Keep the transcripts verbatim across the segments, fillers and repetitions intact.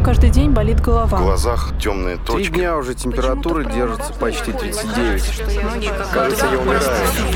каждый день болит голова. В глазах темные точки. Три дня уже температура держится почти тридцать девять. Кажется, я умираю.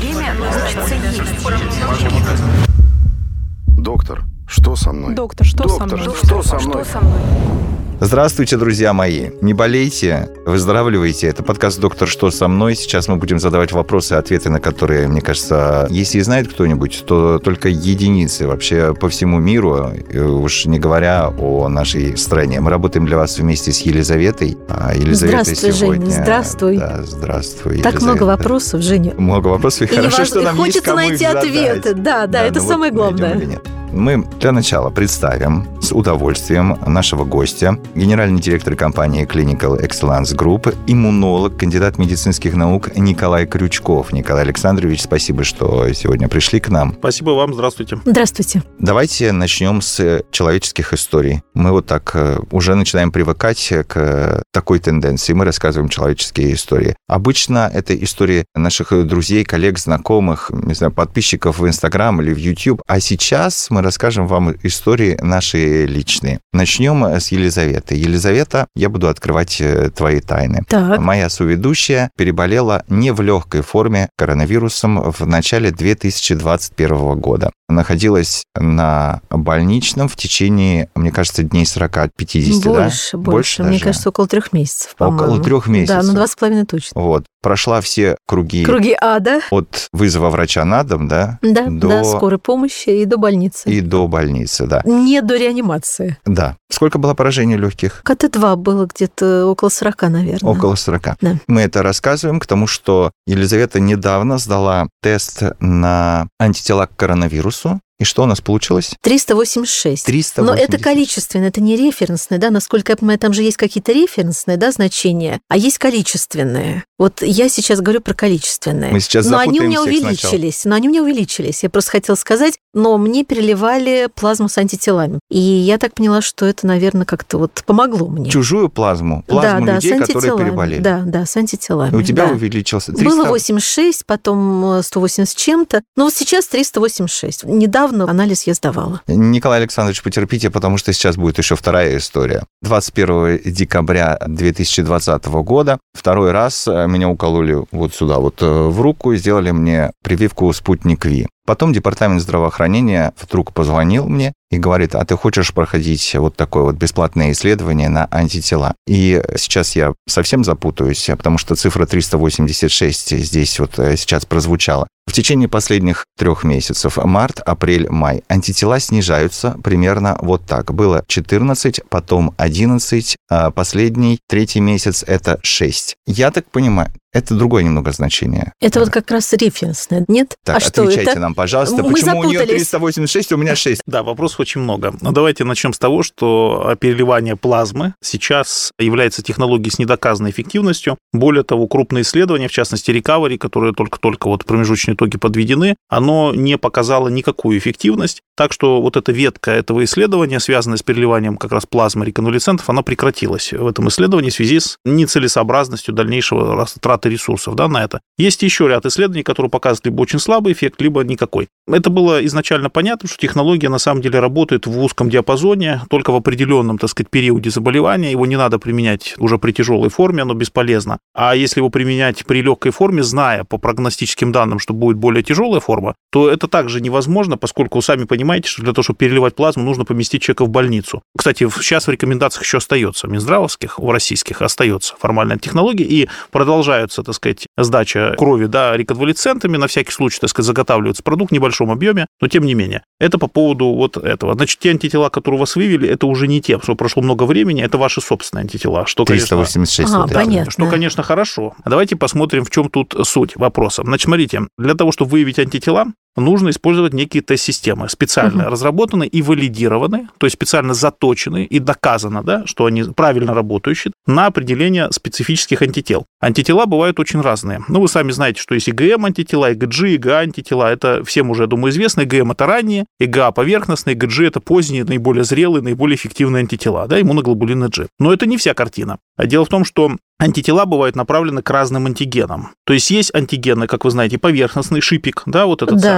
Доктор, что со мной? Доктор, что Доктор, со мной? что со мной? Здравствуйте, друзья мои. Не болейте, выздоравливайте. Это подкаст «Доктор, что со мной?». Сейчас мы будем задавать вопросы, ответы на которые, мне кажется, если и знает кто-нибудь, то только единицы вообще по всему миру, уж не говоря о нашей стране. Мы работаем для вас вместе с Елизаветой. А Елизавета здравствуй, сегодня... Женя, здравствуй. Да, здравствуй, Так Елизавета. много вопросов, Женя. Много вопросов, и, И хорошо, важно, что нам хочется есть кому найти их задать. ответы. Да, да, Да, это ну самое вот, главное. найдем или нет. Мы для начала представим с удовольствием нашего гостя, генеральный директор компании Clinical Excellence Group, иммунолог, кандидат медицинских наук Николай Крючков. Николай Александрович, спасибо, что сегодня пришли к нам. Спасибо вам, здравствуйте. Здравствуйте. Давайте начнем с человеческих историй. Мы вот так уже начинаем привыкать к такой тенденции. Мы рассказываем человеческие истории. Обычно это истории наших друзей, коллег, знакомых, не знаю, подписчиков в Инстаграм или в YouTube. А сейчас мы расскажем вам истории наши личные. Начнем с Елизаветы. Елизавета, я буду открывать твои тайны. Так. Моя соведущая переболела не в легкой форме коронавирусом в начале две тысячи двадцать первого года. Находилась на больничном в течение, мне кажется, дней сорок от пятидесяти, больше, да? больше. Больше Мне даже? кажется, около трех месяцев, по-моему. Около трех месяцев. Да, ну два с половиной точно. Вот. Прошла все круги, Круги ада. от вызова врача на дом, да? Да, до... до скорой помощи и до больницы. И до больницы, да. Не до реанимации. Да. Сколько было поражений легких? ка тэ два было где-то около сорока, наверное. Около сорока. Да. Мы это рассказываем к тому, что Елизавета недавно сдала тест на антитела к коронавирусу. И что у нас получилось? триста восемьдесят шесть. триста Но восемьдесят. это количественно, это не референсное, да, насколько я понимаю, там же есть какие-то референсные, да, значения, а есть количественные. Вот я сейчас говорю про количественные. Мы сейчас но они у меня запутаемся их сначала. увеличились, но они у меня увеличились. Я просто хотела сказать, но мне переливали плазму с антителами. И я так поняла, что это, наверное, как-то вот помогло мне. Чужую плазму? Плазму да, людей, да, с которые антителами. переболели? Да, да, с антителами. И у тебя да. увеличился триста? Было восемьдесят шесть, потом сто восемьдесят с чем-то, но вот сейчас триста восемьдесят шесть. Недавно анализ я сдавала. Николай Александрович, потерпите, потому что сейчас будет еще вторая история. двадцать первого декабря две тысячи двадцатого года второй раз меня укололи вот сюда, вот в руку, и сделали мне прививку «Спутник Ви». Потом департамент здравоохранения вдруг позвонил мне и говорит: а ты хочешь проходить вот такое вот бесплатное исследование на антитела? И сейчас я совсем запутаюсь, потому что цифра триста восемьдесят шесть здесь вот сейчас прозвучала. В течение последних трех месяцев, март, апрель, май, антитела снижаются примерно вот так. Было четырнадцать, потом одиннадцать, а последний, третий месяц – это шесть. Я так понимаю, это другое немного значение. Это вот как раз референсное, нет? Так, а что отвечайте это? нам, пожалуйста, Мы почему у нее запутались. триста восемьдесят шесть, у меня шесть? Да, вопросов очень много. Но давайте начнем с того, что переливание плазмы сейчас является технологией с недоказанной эффективностью. Более того, крупные исследования, в частности, Recovery, которые только-только вот промежуточные итоги подведены, оно не показало никакую эффективность. Так что вот эта ветка этого исследования, связанная с переливанием как раз плазмы реконвалесцентов, она прекратилась в этом исследовании в связи с нецелесообразностью дальнейшего траты ресурсов, да, на это. Есть еще ряд исследований, которые показывают либо очень слабый эффект, либо никакой. Это было изначально понятно, что технология на самом деле работает в узком диапазоне, только в определенном, так сказать, периоде заболевания. Его не надо применять уже при тяжелой форме, оно бесполезно. А если его применять при легкой форме, зная по прогностическим данным, что будет более тяжелая форма, то это также невозможно, поскольку, сами понимаете, что для того, чтобы переливать плазму, нужно поместить человека в больницу. Кстати, сейчас в рекомендациях еще остается, минздравовских, в российских остается формальная технология, и продолжаются, так сказать, сдача крови, да, реконвалесцентами, на всякий случай, так сказать, заготавливается продукт в небольшом объеме, но тем не менее. Это по поводу вот этого. Значит, те антитела, которые у вас вывели, это уже не те, потому что прошло много времени, это ваши собственные антитела. Что, триста восемьдесят шесть. Ага, вот понятно. Что, конечно, хорошо. Давайте посмотрим, в чем тут суть вопроса. Значит, смотрите, для того, чтобы выявить антитела, нужно использовать некие тест-системы, специально uh-huh. разработанные и валидированные, то есть специально заточенные и доказано, да, что они правильно работающие на определение специфических антител. Антитела бывают очень разные. Ну, вы сами знаете, что есть ИГМ-антитела, ИГГ, ИГА-антитела. Это всем уже, я думаю, известно. ИГМ – это ранние, ИГА – поверхностные, ИГГ – это поздние, наиболее зрелые, наиболее эффективные антитела, да, иммуноглобулины G. Но это не вся картина. А дело в том, что антитела бывают направлены к разным антигенам. То есть есть антигены, как вы знаете, поверхностный шипик, да, вот этот да,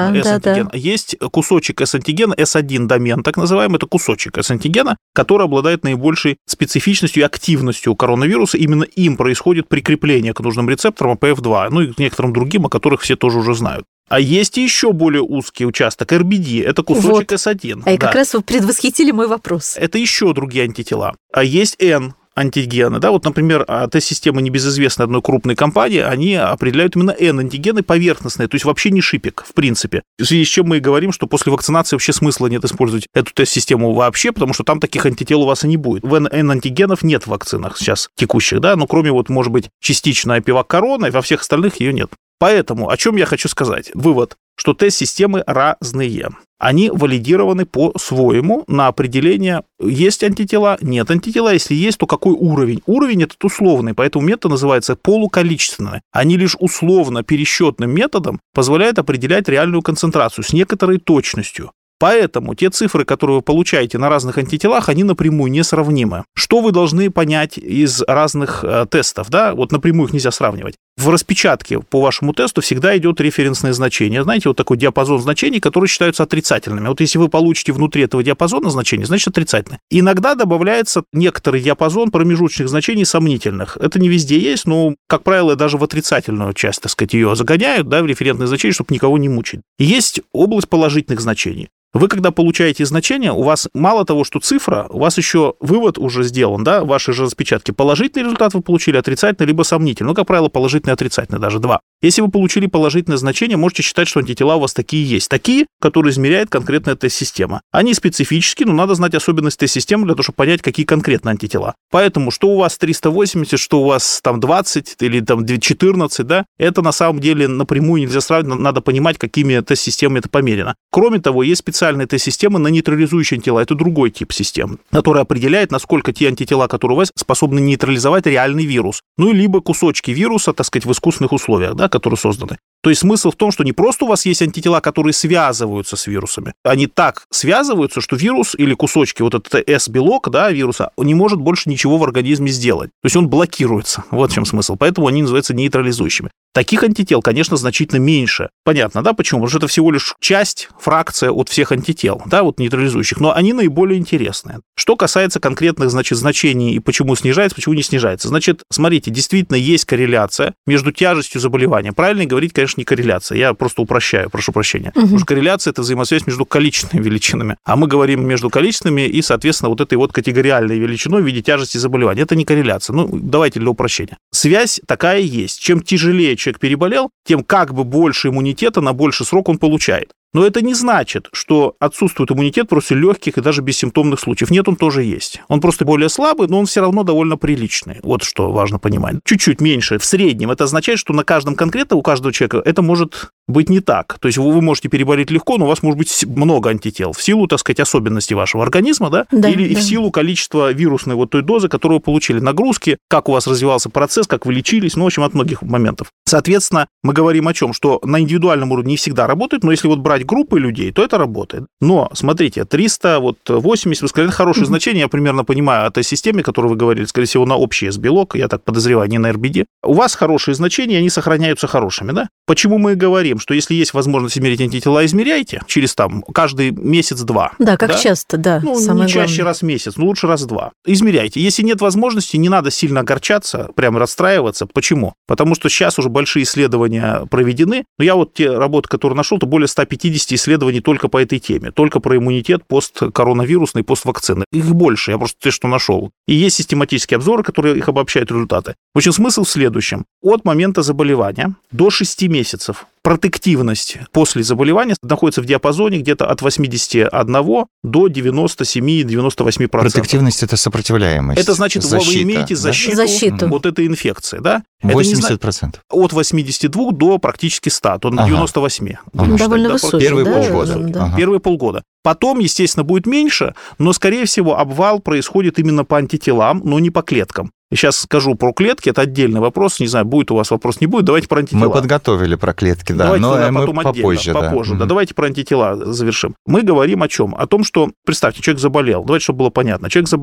называемого да, S-антигена. да. Есть кусочек S-антигена, эс один домен, так называемый, это кусочек S-антигена, который обладает наибольшей специфичностью и активностью коронавируса. Именно им происходит прикрепление к нужным рецепторам пэ эф два, ну и к некоторым другим, о которых все тоже уже знают. А есть и еще более узкий участок, эр би ди, это кусочек вот. эс один. А и да. как раз вы предвосхитили мой вопрос. Это еще другие антитела. А есть N антигены, да, вот, например, тест-системы небезызвестной одной крупной компании, они определяют именно N-антигены поверхностные, то есть вообще не шипик, в принципе. В связи с чем мы и говорим, что после вакцинации вообще смысла нет использовать эту тест-систему вообще, потому что там таких антител у вас и не будет. В N-антигенов нет в вакцинах сейчас текущих, да, но кроме вот, может быть, частично пивак корона, во всех остальных ее нет. Поэтому о чем я хочу сказать? Вывод, что тест-системы разные. Они валидированы по-своему на определение, есть антитела, нет антитела. Если есть, то какой уровень? Уровень этот условный, поэтому метод называется полуколичественный. Они лишь условно пересчетным методом позволяют определять реальную концентрацию с некоторой точностью. Поэтому те цифры, которые вы получаете на разных антителах, они напрямую несравнимы. Что вы должны понять из разных э, тестов? Да? Вот напрямую их нельзя сравнивать. В распечатке по вашему тесту всегда идет референсное значение. Знаете, вот такой диапазон значений, которые считаются отрицательными. Вот если вы получите внутри этого диапазона значения, значит отрицательное. Иногда добавляется некоторый диапазон промежуточных значений сомнительных. Это не везде есть, но, как правило, даже в отрицательную часть, так сказать, ее загоняют, да, в референтное значение, чтобы никого не мучить. Есть область положительных значений. Вы, когда получаете значение, у вас мало того, что цифра, у вас еще вывод уже сделан, да, в вашей же распечатке. Положительный результат вы получили, отрицательный, либо сомнительный. Ну, как правило, положительный и отрицательный, даже два. Если вы получили положительное значение, можете считать, что антитела у вас такие есть. Такие, которые измеряет конкретная тест-система. Они специфические, но надо знать особенности тест-системы для того, чтобы понять, какие конкретно антитела. Поэтому, что у вас триста восемьдесят, что у вас там двадцать или там четырнадцать, да, это на самом деле напрямую нельзя сравнивать, надо понимать, какими тест-системами это померено. Кроме того, есть специальные тест-системы на нейтрализующие антитела. Это другой тип систем, который определяет, насколько те антитела, которые у вас, способны нейтрализовать реальный вирус. Ну, либо кусочки вируса, так сказать, в искусственных условиях, да, которые созданы. То есть смысл в том, что не просто у вас есть антитела, которые связываются с вирусами, они так связываются, что вирус или кусочки, вот этот S-белок, да, вируса, он не может больше ничего в организме сделать. То есть он блокируется. Вот в чем смысл. Поэтому они называются нейтрализующими. Таких антител, конечно, значительно меньше. Понятно, да, почему? Потому что это всего лишь часть, фракция от всех антител, да, вот нейтрализующих, но они наиболее интересные. Что касается конкретных, значит, значений и почему снижается, почему не снижается. Значит, смотрите, действительно есть корреляция между тяжестью заболевания. Правильно говорить, конечно, не корреляция. Я просто упрощаю, прошу прощения. Угу. Потому что корреляция – это взаимосвязь между количественными величинами. А мы говорим между количественными и, соответственно, вот этой вот категориальной величиной в виде тяжести заболевания. Это не корреляция. Ну, давайте для упрощения. Связь такая есть. Чем тяжелее человек переболел, тем как бы больше иммунитета на больший срок он получает. Но это не значит, что отсутствует иммунитет после легких и даже бессимптомных случаев. Нет, он тоже есть. Он просто более слабый, но он все равно довольно приличный. Вот что важно понимать. Чуть-чуть меньше в среднем. Это означает, что на каждом конкретно, у каждого человека это может быть не так. То есть вы можете переболеть легко, но у вас может быть много антител в силу, так сказать, особенностей вашего организма, да? Да, Или да. в силу количества вирусной вот той дозы, которую вы получили, нагрузки, как у вас развивался процесс, как вы лечились, ну, в общем, от многих моментов. Соответственно, мы говорим о чем? Что на индивидуальном уровне не всегда работает, но если вот брать группы людей, то это работает. Но, смотрите, триста восемьдесят, вы сказали, это хорошее mm-hmm. значение, я примерно понимаю о той системе, о которой вы говорили, скорее всего, на общий S-белок, я так подозреваю, не на эр би ди. У вас хорошие значения, они сохраняются хорошими, да? Почему мы говорим, что если есть возможность измерить антитела, измеряйте через там каждый месяц-два. Да, как да? часто, да. Ну, самое не чаще главное. раз в месяц, но лучше раз в два. Измеряйте. Если нет возможности, не надо сильно огорчаться, прямо расстраиваться. Почему? Потому что сейчас уже большие исследования проведены. Но я вот те работы, которые нашел, то более ста пятидесяти исследований только по этой теме. Только про иммунитет посткоронавирусный, поствакцины. Их больше, я просто те, что нашел. И есть систематические обзоры, которые их обобщают результаты. В общем, смысл в следующем. От момента заболевания до шести месяцев протективность после заболевания находится в диапазоне где-то от восьмидесяти одного до девяноста семи - девяноста восьми процентов. Протективность – это сопротивляемость. Это значит, защита, вы имеете защиту, да? защиту вот этой инфекции, да? восемьдесят процентов. От восьмидесяти двух до практически ста, то на ага. девяносто восемь. Ага. Довольно да, высокий, Первые да? полгода. Да. Ага. Первые полгода. Потом, естественно, будет меньше, но, скорее всего, обвал происходит именно по антителам, но не по клеткам. Сейчас скажу про клетки, это отдельный вопрос, не знаю, будет у вас вопрос, не будет, давайте про антитела. Мы подготовили про клетки, да, давайте но тогда мы потом попозже. Отдельно, Да. попозже, да. Mm-hmm. Давайте про антитела завершим. Мы говорим о чем? О том, что, представьте, человек заболел, давайте, чтобы было понятно, человек заболел.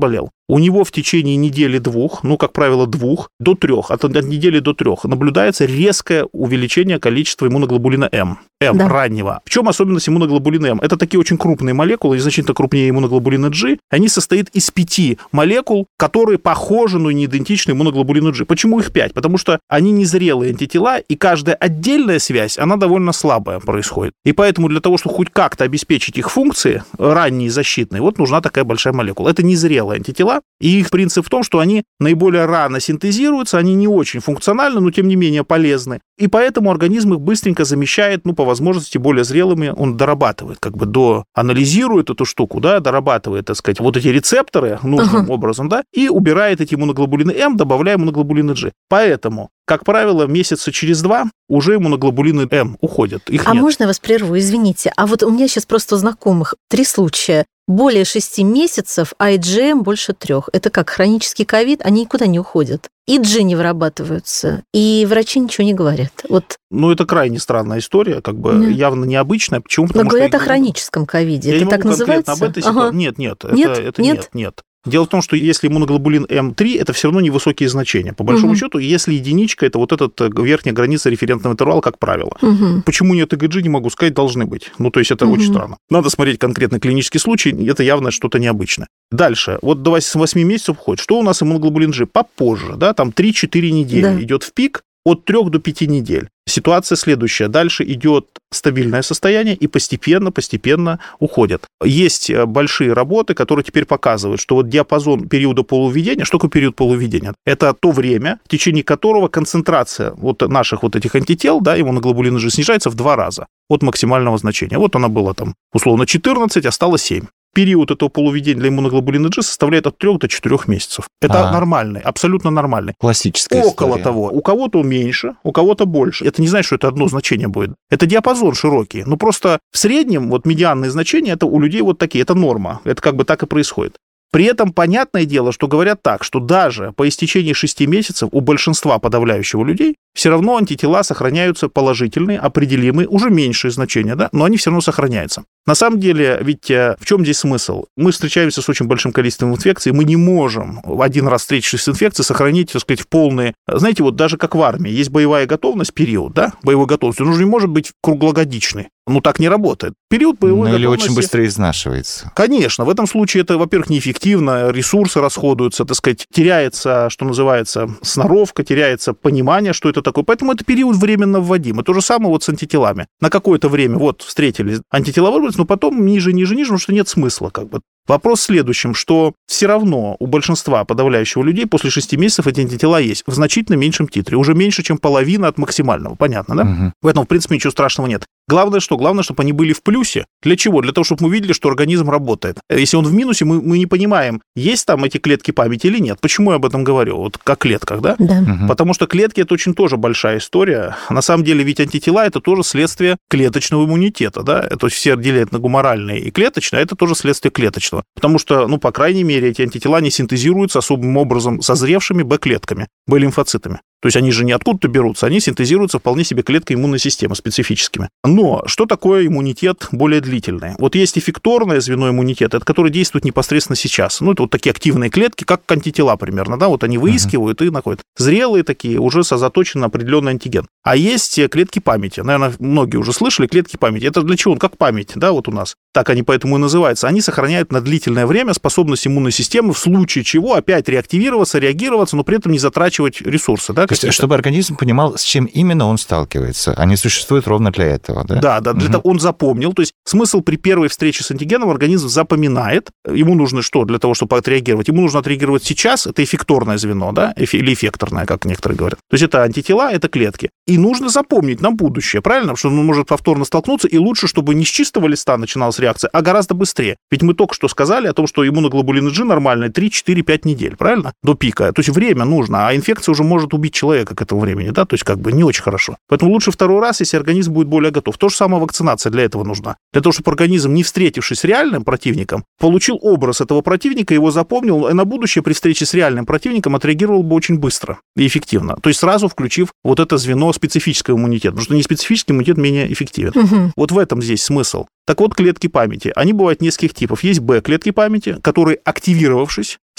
у него в течение недели-двух, ну, как правило, двух, до трех, от, от недели до трех, наблюдается резкое увеличение количества иммуноглобулина М. М, да. раннего. В чем особенность иммуноглобулина М? Это такие очень крупные молекулы, и значительно крупнее иммуноглобулина G. Они состоят из пяти молекул, которые похожи, но не идентичны иммуноглобулину G. Почему их пять? Потому что они незрелые антитела, и каждая отдельная связь, она довольно слабая происходит. И поэтому для того, чтобы хоть как-то обеспечить их функции, ранние защитные, вот нужна такая большая молекула. Это незрелые антитела, и их принцип в том, что они наиболее рано синтезируются, они не очень функциональны, но тем не менее полезны. И поэтому организм их быстренько замещает, ну, по возможности, более зрелыми, он дорабатывает, как бы до анализирует эту штуку, да, дорабатывает, так сказать, вот эти рецепторы нужным uh-huh. образом, да, и убирает эти иммуноглобулины М, добавляя иммуноглобулины G. Поэтому, как правило, месяца через два уже иммуноглобулины М уходят. Их а нет. Можно я вас прерву, извините? А вот у меня сейчас просто у знакомых три случая. Более шести месяцев, а ай джи эм больше трех. Это как хронический ковид, они никуда не уходят. И G не вырабатываются, и врачи ничего не говорят. Вот. Ну, это крайне странная история, как бы yeah. явно необычная. Почему? Потому Но говорят что... о хроническом ковиде. Это так называется? Об этой ситуации. Ага. Нет, нет, нет, это, это нет, нет. нет. Дело в том, что если иммуноглобулин М три, это все равно невысокие значения. По большому угу. счету, если единичка, это вот эта верхняя граница референтного интервала, как правило. Угу. Почему нет ИГГ, не могу сказать, должны быть. Ну, то есть это угу. очень странно. Надо смотреть конкретный клинический случай, это явно что-то необычное. Дальше, вот до восьми месяцев уходит. Что у нас иммуноглобулин G? Попозже, да, там три-четыре недели да. идет в пик, от трёх до пяти недель. Ситуация следующая. Дальше идет стабильное состояние и постепенно-постепенно уходит. Есть большие работы, которые теперь показывают, что вот диапазон периода полувыведения, что такое период полувыведения? Это то время, в течение которого концентрация вот наших вот этих антител, да, иммуноглобулина G, снижается в два раза от максимального значения. Вот она была там условно четырнадцать, а стало семь. Период этого полувыведения для иммуноглобулина G составляет от трёх до четырёх месяцев. Это а, нормальный, абсолютно нормальный. Классическая Около история. того. У кого-то меньше, у кого-то больше. Это не значит, что это одно значение будет. Это диапазон широкий. Ну, просто в среднем вот медианные значения, это у людей вот такие, это норма. Это как бы так и происходит. При этом понятное дело, что говорят так, что даже по истечении шести месяцев у большинства подавляющего людей все равно антитела сохраняются положительные, определимые, уже меньшие значения, да, но они все равно сохраняются. На самом деле, ведь в чем здесь смысл? Мы встречаемся с очень большим количеством инфекций, мы не можем один раз встретившись с инфекцией сохранить, так сказать, в полные... Знаете, вот даже как в армии, есть боевая готовность, период, да, боевой готовности, он уже не может быть круглогодичный. Ну, так не работает. Период боевой ну, готовности... или очень быстро изнашивается. Конечно. В этом случае это, во-первых, неэффективно, ресурсы расходуются, так сказать, теряется, что называется, сноровка, теряется понимание, что это такое. Поэтому это период временно вводим. И то же самое вот с антителами. На какое-то время вот встретились, антитела выработались, но потом ниже, ниже, ниже, потому что нет смысла как бы. Вопрос в следующем, что все равно у большинства подавляющего людей после шести месяцев эти антитела есть в значительно меньшем титре, уже меньше, чем половина от максимального, понятно, да? Угу. В этом, в принципе, ничего страшного нет. Главное что? Главное, чтобы они были в плюсе. Для чего? Для того, чтобы мы видели, что организм работает. Если он в минусе, мы, мы не понимаем, есть там эти клетки памяти или нет. Почему я об этом говорю? Вот как клетках, да? Да. Угу. Потому что клетки – это очень тоже большая история. На самом деле ведь антитела – это тоже следствие клеточного иммунитета, да? То есть все делят на гуморальные и клеточные, а это тоже следствие клеточного. Потому что, ну, по крайней мере, эти антитела не синтезируются особым образом созревшими Б-клетками, Б-лимфоцитами. То есть они же не откуда-то берутся, они синтезируются вполне себе клеткой иммунной системы специфическими. Но что такое иммунитет более длительный? Вот есть эффекторное звено иммунитета, это которое действует непосредственно сейчас. Ну, это вот такие активные клетки, как антитела примерно, да, вот они выискивают uh-huh. и находят. Зрелые такие, уже сосредоточены на определенный антиген. А есть клетки памяти. Наверное, многие уже слышали клетки памяти. Это для чего? Как память, да, вот у нас. Так они поэтому и называются. Они сохраняют на длительное время способность иммунной системы в случае чего опять реактивироваться, реагироваться, но при этом не затрачивать ресурсы, да. То есть, чтобы организм понимал, с чем именно он сталкивается. Они существуют ровно для этого, да? Да, да, для угу. того он запомнил. То есть смысл при первой встрече с антигеном организм запоминает. Ему нужно что для того, чтобы отреагировать? Ему нужно отреагировать сейчас. Это эффекторное звено, да, или эффекторное, как некоторые говорят. То есть это антитела, это клетки. И нужно запомнить на будущее, правильно? Потому что он может повторно столкнуться, и лучше, чтобы не с чистого листа начиналась реакция, а гораздо быстрее. Ведь мы только что сказали о том, что иммуноглобулин G нормальный три-четыре-пять недель, правильно? До пика. То есть время нужно, а инфекция уже может убить человека к этому времени, да, то есть как бы не очень хорошо. Поэтому лучше второй раз, если организм будет более готов. То же самое вакцинация для этого нужна. Для того, чтобы организм, не встретившись с реальным противником, получил образ этого противника, его запомнил, и на будущее при встрече с реальным противником отреагировал бы очень быстро и эффективно. То есть сразу включив вот это звено специфического иммунитета, потому что неспецифический иммунитет менее эффективен. Угу. Вот в этом здесь смысл. Так вот, клетки памяти. Они бывают нескольких типов. Есть Б-клетки памяти, которые, активировавшись,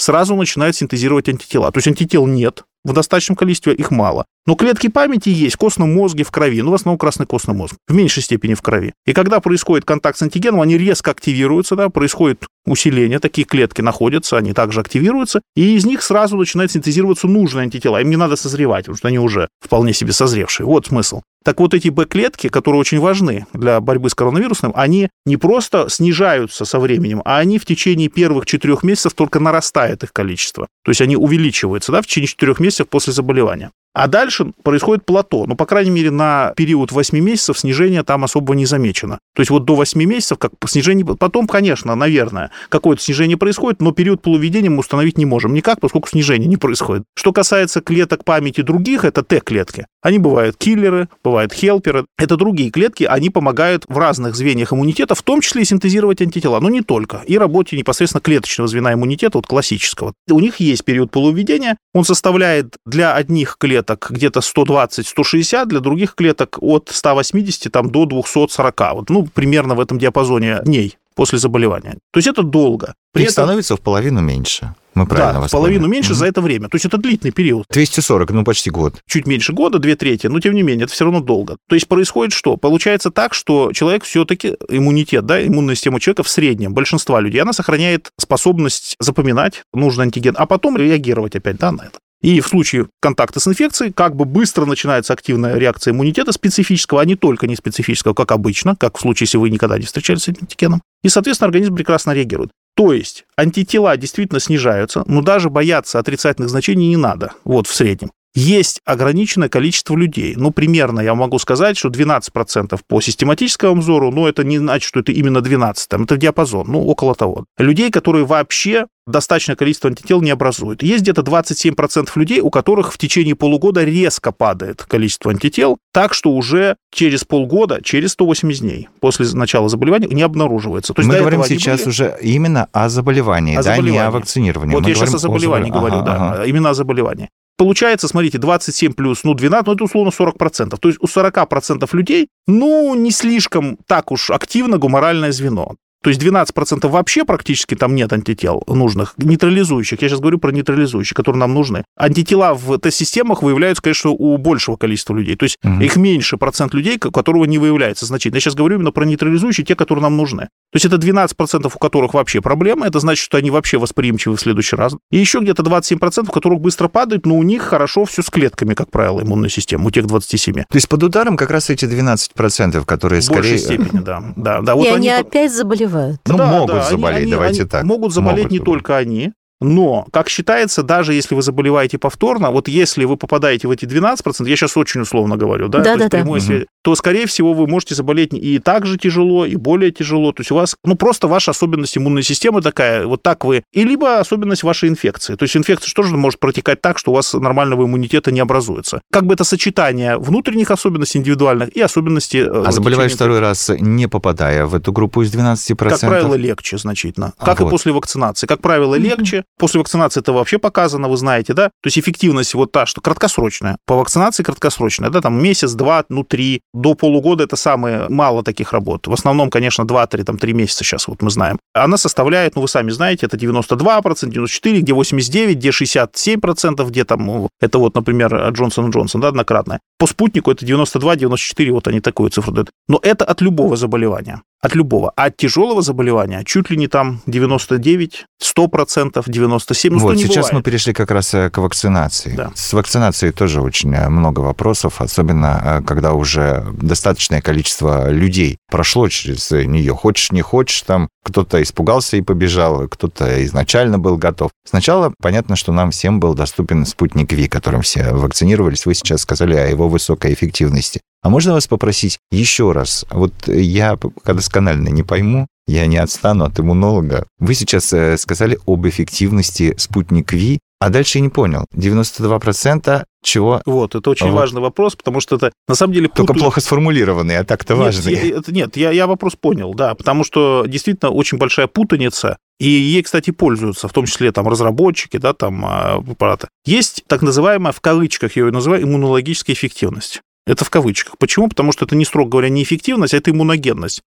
сразу начинает синтезировать антитела. То есть антител нет, в достаточном количестве их мало. Но клетки памяти есть в костном мозге, в крови, ну, в основном красный костный мозг, в меньшей степени в крови. И когда происходит контакт с антигеном, они резко активируются, да, происходит усиление, такие клетки находятся, они также активируются, и из них сразу начинают синтезироваться нужные антитела. Им не надо созревать, потому что они уже вполне себе созревшие. Вот смысл. Так вот, эти Б-клетки, которые очень важны для борьбы с коронавирусным, они не просто снижаются со временем, а они в течение первых четырех месяцев только нарастает их количество. То есть они увеличиваются, да, в течение четырех месяцев после заболевания. А дальше происходит плато. Ну, по крайней мере, на период восьми месяцев снижение там особо не замечено. То есть вот до восьми месяцев как снижение... Потом, конечно, наверное, какое-то снижение происходит, но период полуведения мы установить не можем никак, поскольку снижения не происходит. Что касается клеток памяти других, это Т-клетки. Они бывают киллеры, бывают хелперы. Это другие клетки, они помогают в разных звеньях иммунитета, в том числе и синтезировать антитела, но не только. И работе непосредственно клеточного звена иммунитета, вот классического. У них есть период полуведения, он составляет для одних клеток где-то сто двадцать - сто шестьдесят, для других клеток от ста восьмидесяти там, до двухсот сорока. Вот, ну, примерно в этом диапазоне дней после заболевания. То есть это долго. При этом становится в половину меньше. Мы правильно да, вас в половину поняли. меньше mm-hmm. за это время. То есть это длительный период. двести сорок, ну почти год. Чуть меньше года, две трети, но тем не менее, это все равно долго. То есть происходит что? Получается так, что человек все-таки, иммунитет, да, иммунная система человека в среднем, большинства людей, она сохраняет способность запоминать нужный антиген, а потом реагировать опять, да, на это. И в случае контакта с инфекцией как бы быстро начинается активная реакция иммунитета специфического, а не только не специфического, как обычно, как в случае, если вы никогда не встречались с этим антигеном. И, соответственно, организм прекрасно реагирует. То есть антитела действительно снижаются, но даже бояться отрицательных значений не надо, вот в среднем. Есть ограниченное количество людей. Ну, примерно я могу сказать, что двенадцать процентов по систематическому обзору, но это не значит, что это именно двенадцать, там, это диапазон, ну, около того. Людей, которые вообще достаточное количество антител не образуют. Есть где-то двадцать семь процентов людей, у которых в течение полугода резко падает количество антител, так что уже через полгода, через сто восемьдесят дней после начала заболевания не обнаруживается. То есть мы говорим сейчас были... уже именно о заболевании, о да, заболевании. Не о вакцинировании. Вот мы я сейчас о заболевании о... говорю, ага, да, ага. именно о заболевании. Получается, смотрите, двадцать семь плюс, ну, двенадцать, ну, это условно сорок процентов. То есть у сорок процентов людей, ну, не слишком так уж активно гуморальное звено. То есть двенадцать процентов вообще практически там нет антител нужных, нейтрализующих. Я сейчас говорю про нейтрализующие, которые нам нужны. Антитела в тест-системах выявляются, конечно, у большего количества людей. То есть угу. их меньше процент людей, у которого не выявляется значительно. Я сейчас говорю именно про нейтрализующие, те, которые нам нужны. То есть это двенадцать процентов, у которых вообще проблемы. Это значит, что они вообще восприимчивы в следующий раз. И еще где-то двадцать семь процентов, у которых быстро падают, но у них хорошо все с клетками, как правило, иммунная система, у тех двадцати семи. То есть под ударом как раз эти двенадцать процентов, которые в скорее... В большей степени, да. да, да. Вот И они, они опять заболевают. Ну, да, могут да, заболеть, они, давайте они так. Могут заболеть могут не заболеть. только они, но, как считается, даже если вы заболеваете повторно, вот если вы попадаете в эти двенадцать процентов, я сейчас очень условно говорю, да, да, то, да, есть прямой да. связь, то, скорее всего, вы можете заболеть и так же тяжело, и более тяжело. То есть у вас, ну, просто ваша особенность иммунной системы такая, вот так вы, и либо особенность вашей инфекции. То есть инфекция тоже может протекать так, что у вас нормального иммунитета не образуется. Как бы это сочетание внутренних особенностей индивидуальных и особенностей... А заболеваешь второй раз, не попадая в эту группу из двенадцати процентов? Как правило, легче значительно. А Как вот. и после вакцинации. Как правило, легче. После вакцинации это вообще показано, вы знаете, да? То есть эффективность вот та, что краткосрочная. По вакцинации краткосрочная, да, там месяц, два, ну, три, до полугода это самые мало таких работ. В основном, конечно, два-три, там, три месяца сейчас, вот мы знаем. Она составляет, ну, вы сами знаете, это девяносто два процента, девяносто четыре процента, где восемьдесят девять процентов, где шестьдесят семь процентов, где там, ну, это вот, например, Джонсон энд Джонсон, да, однократная. По спутнику это девяносто два - девяносто четыре, вот они такую цифру дают. Но это от любого заболевания. От любого. А от тяжелого заболевания чуть ли не там девяносто девять, сто процентов, девяносто семь процентов. Ну, вот, что не сейчас бывает. мы перешли как раз к вакцинации. Да. С вакцинацией тоже очень много вопросов, особенно когда уже достаточное количество людей прошло через нее. Хочешь, не хочешь, там кто-то испугался и побежал, кто-то изначально был готов. Сначала понятно, что нам всем был доступен спутник Ви, которым все вакцинировались. Вы сейчас сказали о его высокой эффективности. А можно вас попросить еще раз? Вот я, когда досконально не пойму, я не отстану от иммунолога. Вы сейчас сказали об эффективности спутник Ви, а дальше я не понял. девяносто два процента чего? Вот, это очень вот. важный вопрос, потому что это, на самом деле... Только путают... плохо сформулированный, а так-то нет, важный. Я, это, нет, я, я вопрос понял, да, потому что действительно очень большая путаница, и ей, кстати, пользуются, в том числе там разработчики, да, там аппараты. Есть так называемая, в кавычках я ее называю, иммунологическая эффективность. Это в кавычках. Почему? Потому что это не, строго говоря, не эффективность, а это иммуногенность.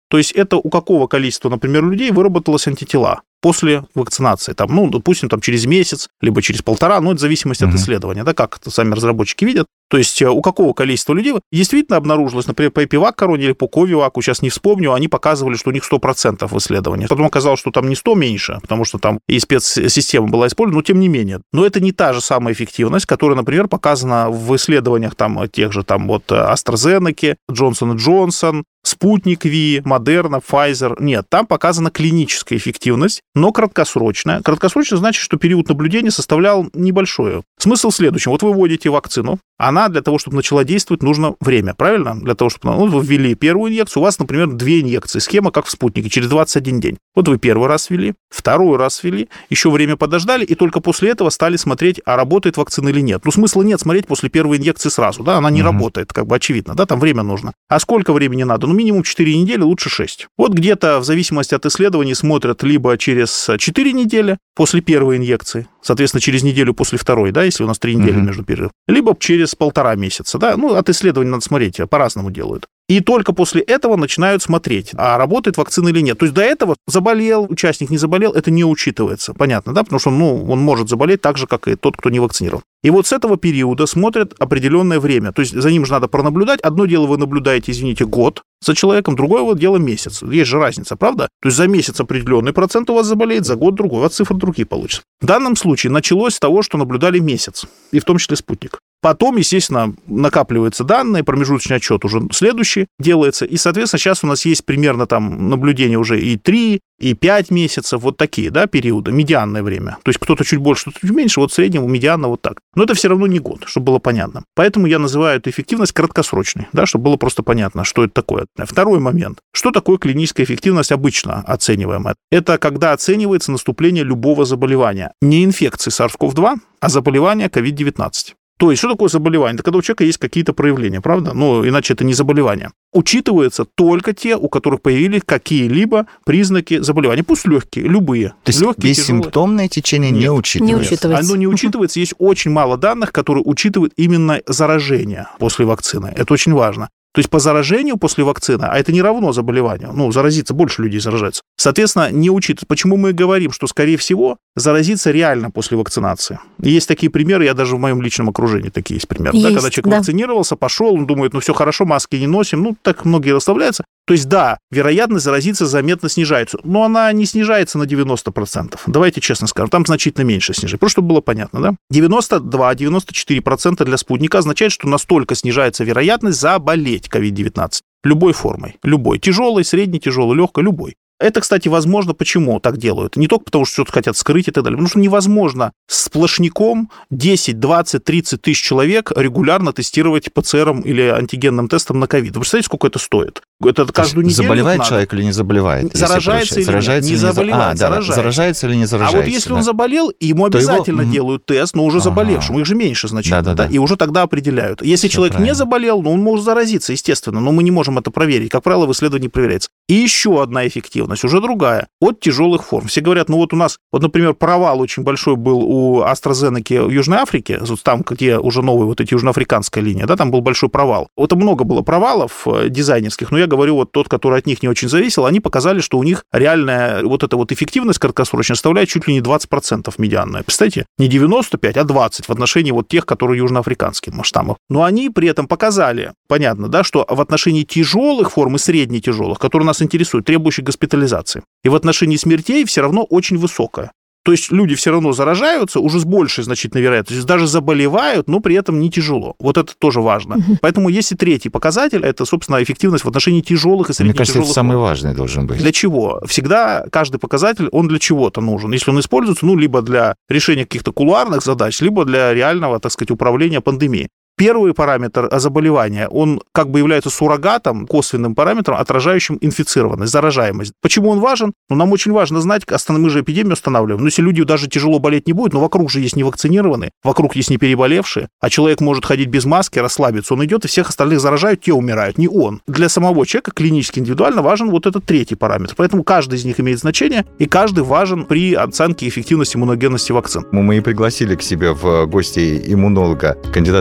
То есть это у какого количества, например, людей выработалось антитела после вакцинации. Там, ну, допустим, там, через месяц, либо через полтора, ну, это в зависимости mm-hmm. от исследования, да, как это сами разработчики видят. То есть у какого количества людей действительно обнаружилось, например, по Эпивак-короне или по Ковиваку, сейчас не вспомню, они показывали, что у них сто процентов в исследовании. Потом оказалось, что там не сто меньше, потому что там и спецсистема была использована, но тем не менее. Но это не та же самая эффективность, которая, например, показана в исследованиях там, тех же там вот AstraZeneca, Johnson энд Johnson, Спутник Ви, Модерна, Pfizer. Нет, там показана клиническая эффективность, но краткосрочная. Краткосрочная значит, что период наблюдения составлял небольшой. Смысл в следующем. Вот вы вводите вакцину, она для того, чтобы начала действовать, нужно время, правильно? Для того, чтобы ну, вы ввели первую инъекцию, у вас, например, две инъекции, схема как в Спутнике, через двадцать один день. Вот вы первый раз ввели, второй раз ввели, еще время подождали, и только после этого стали смотреть, а работает вакцина или нет. Ну, смысла нет смотреть после первой инъекции сразу, да, она не mm-hmm. работает, как бы очевидно, да, там время нужно. А сколько времени надо? Ну, минимум четыре недели, лучше шесть. Вот где-то в зависимости от исследований смотрят либо через четыре недели после первой инъекции, соответственно, через неделю после второй, да, если у нас три недели mm-hmm. между перерывом, либо через полтора месяца, да, ну, от исследований надо смотреть, по-разному делают. И только после этого начинают смотреть, а работает вакцина или нет. То есть до этого заболел, участник не заболел, это не учитывается. Понятно, да? Потому что ну, он может заболеть так же, как и тот, кто не вакцинирован. И вот с этого периода смотрят определенное время. То есть за ним же надо пронаблюдать. Одно дело вы наблюдаете, извините, год за человеком, другое вот дело месяц. Есть же разница, правда? То есть за месяц определенный процент у вас заболеет, за год другой. У вас цифры другие получатся. В данном случае началось с того, что наблюдали месяц, и в том числе спутник. Потом, естественно, накапливаются данные, промежуточный отчет уже следующий делается, и, соответственно, сейчас у нас есть примерно там наблюдение уже и три, и пять месяцев, вот такие, да, периоды, медианное время. То есть кто-то чуть больше, кто-то чуть меньше, вот в среднем медианно вот так. Но это все равно не год, чтобы было понятно. Поэтому я называю эту эффективность краткосрочной, да, чтобы было просто понятно, что это такое. Второй момент. Что такое клиническая эффективность обычно оцениваемая? Это когда оценивается наступление любого заболевания. Не инфекции сарс ков два, а заболевания ковид девятнадцать. То есть, что такое заболевание? Это когда у человека есть какие-то проявления, правда? Ну, иначе это не заболевание. Учитываются только те, у которых появились какие-либо признаки заболевания. Пусть легкие, любые. То есть легкие, бессимптомное течение не учитывается? Не учитывается. Оно не учитывается. Есть очень мало данных, которые учитывают именно заражение после вакцины. Это очень важно. То есть по заражению после вакцины, а это не равно заболеванию, ну, заразиться, больше людей заражается. Соответственно, не учитывается. Почему мы говорим, что, скорее всего, заразиться реально после вакцинации? И есть такие примеры, я даже в моем личном окружении такие есть примеры. Есть, да, когда человек да. вакцинировался, пошел, он думает, ну, все хорошо, маски не носим, ну, так многие расслабляются. То есть, да, вероятность заразиться заметно снижается, но она не снижается на девяносто процентов. Давайте честно скажем, там значительно меньше снижается. Просто чтобы было понятно, да? девяносто два - девяносто четыре процента для спутника означает, что настолько снижается вероятность заболеть ковид девятнадцать. Любой формой. Любой. Тяжелой, средней, тяжелой, легкой, любой. Это, кстати, возможно, почему так делают. Не только потому, что что-то хотят скрыть и так далее. Потому что невозможно сплошняком десять, двадцать, тридцать тысяч человек регулярно тестировать ПЦРом или антигенным тестом на ковид. Вы представляете, сколько это стоит? Это каждую неделю заболевает надо. человек или не заболевает? Заражается или заражается нет? Не заболевает, а, да, заражается. заражается или не заражается. А вот если да. он заболел, ему обязательно его... делают тест, но уже ага. заболевшему. Их же меньше значительно. Да, да, да. И уже тогда определяют. Если Все человек правильно. не заболел, ну, он может заразиться, естественно, но мы не можем это проверить. Как правило, в исследовании проверяется. И еще одна эффективность, уже другая, от тяжелых форм. Все говорят, ну вот у нас, вот, например, провал очень большой был у AstraZeneca в Южной Африке, вот там, где уже новая вот эта южноафриканская линия, да, там был большой провал. Вот много было провалов дизайнерских, но я говорю, вот тот, который от них не очень зависел, они показали, что у них реальная вот эта вот эффективность краткосрочная составляет чуть ли не двадцать процентов медианная. Представляете? Не девяносто пять, а двадцать в отношении вот тех, которые южноафриканских масштабов. Но они при этом показали, понятно, да, что в отношении тяжелых форм и средне-тяжелых, которые нас интересуют, требующих госпитализации, и в отношении смертей все равно очень высокая. То есть люди все равно заражаются уже с большей значительной вероятностью, даже заболевают, но при этом не тяжело. Вот это тоже важно. Угу. Поэтому есть и третий показатель, это, собственно, эффективность в отношении тяжелых и средне-тяжелых. Мне кажется, это самый важный должен быть. Для чего? Всегда каждый показатель, он для чего-то нужен. Если он используется, ну, либо для решения каких-то кулуарных задач, либо для реального, так сказать, управления пандемией. Первый параметр заболевания, он как бы является суррогатом, косвенным параметром, отражающим инфицированность, заражаемость. Почему он важен? Ну, нам очень важно знать, мы же эпидемию останавливаем, но если люди даже тяжело болеть не будут, но вокруг же есть невакцинированные, вокруг есть не переболевшие, а человек может ходить без маски, расслабиться, он идет, и всех остальных заражают, те умирают, не он. Для самого человека клинически индивидуально важен вот этот третий параметр. Поэтому каждый из них имеет значение, и каждый важен при оценке эффективности иммуногенности вакцин. Мы и пригласили к себе в гости иммунолога, кандидата медицинских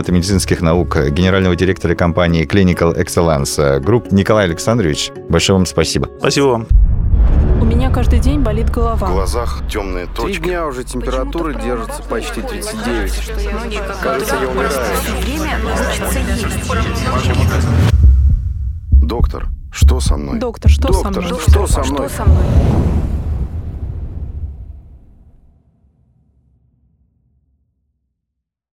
медицинских наук, генерального директора компании Clinical Excellence Group Николай Александрович. Большое вам спасибо. Спасибо вам. У меня каждый день болит голова. В глазах темные Три точки. дня уже температура держится почти тридцать девять. Кажется, я умираю. Доктор, что со мной? Доктор, что со Доктор, мной? что со мной? Что со мной?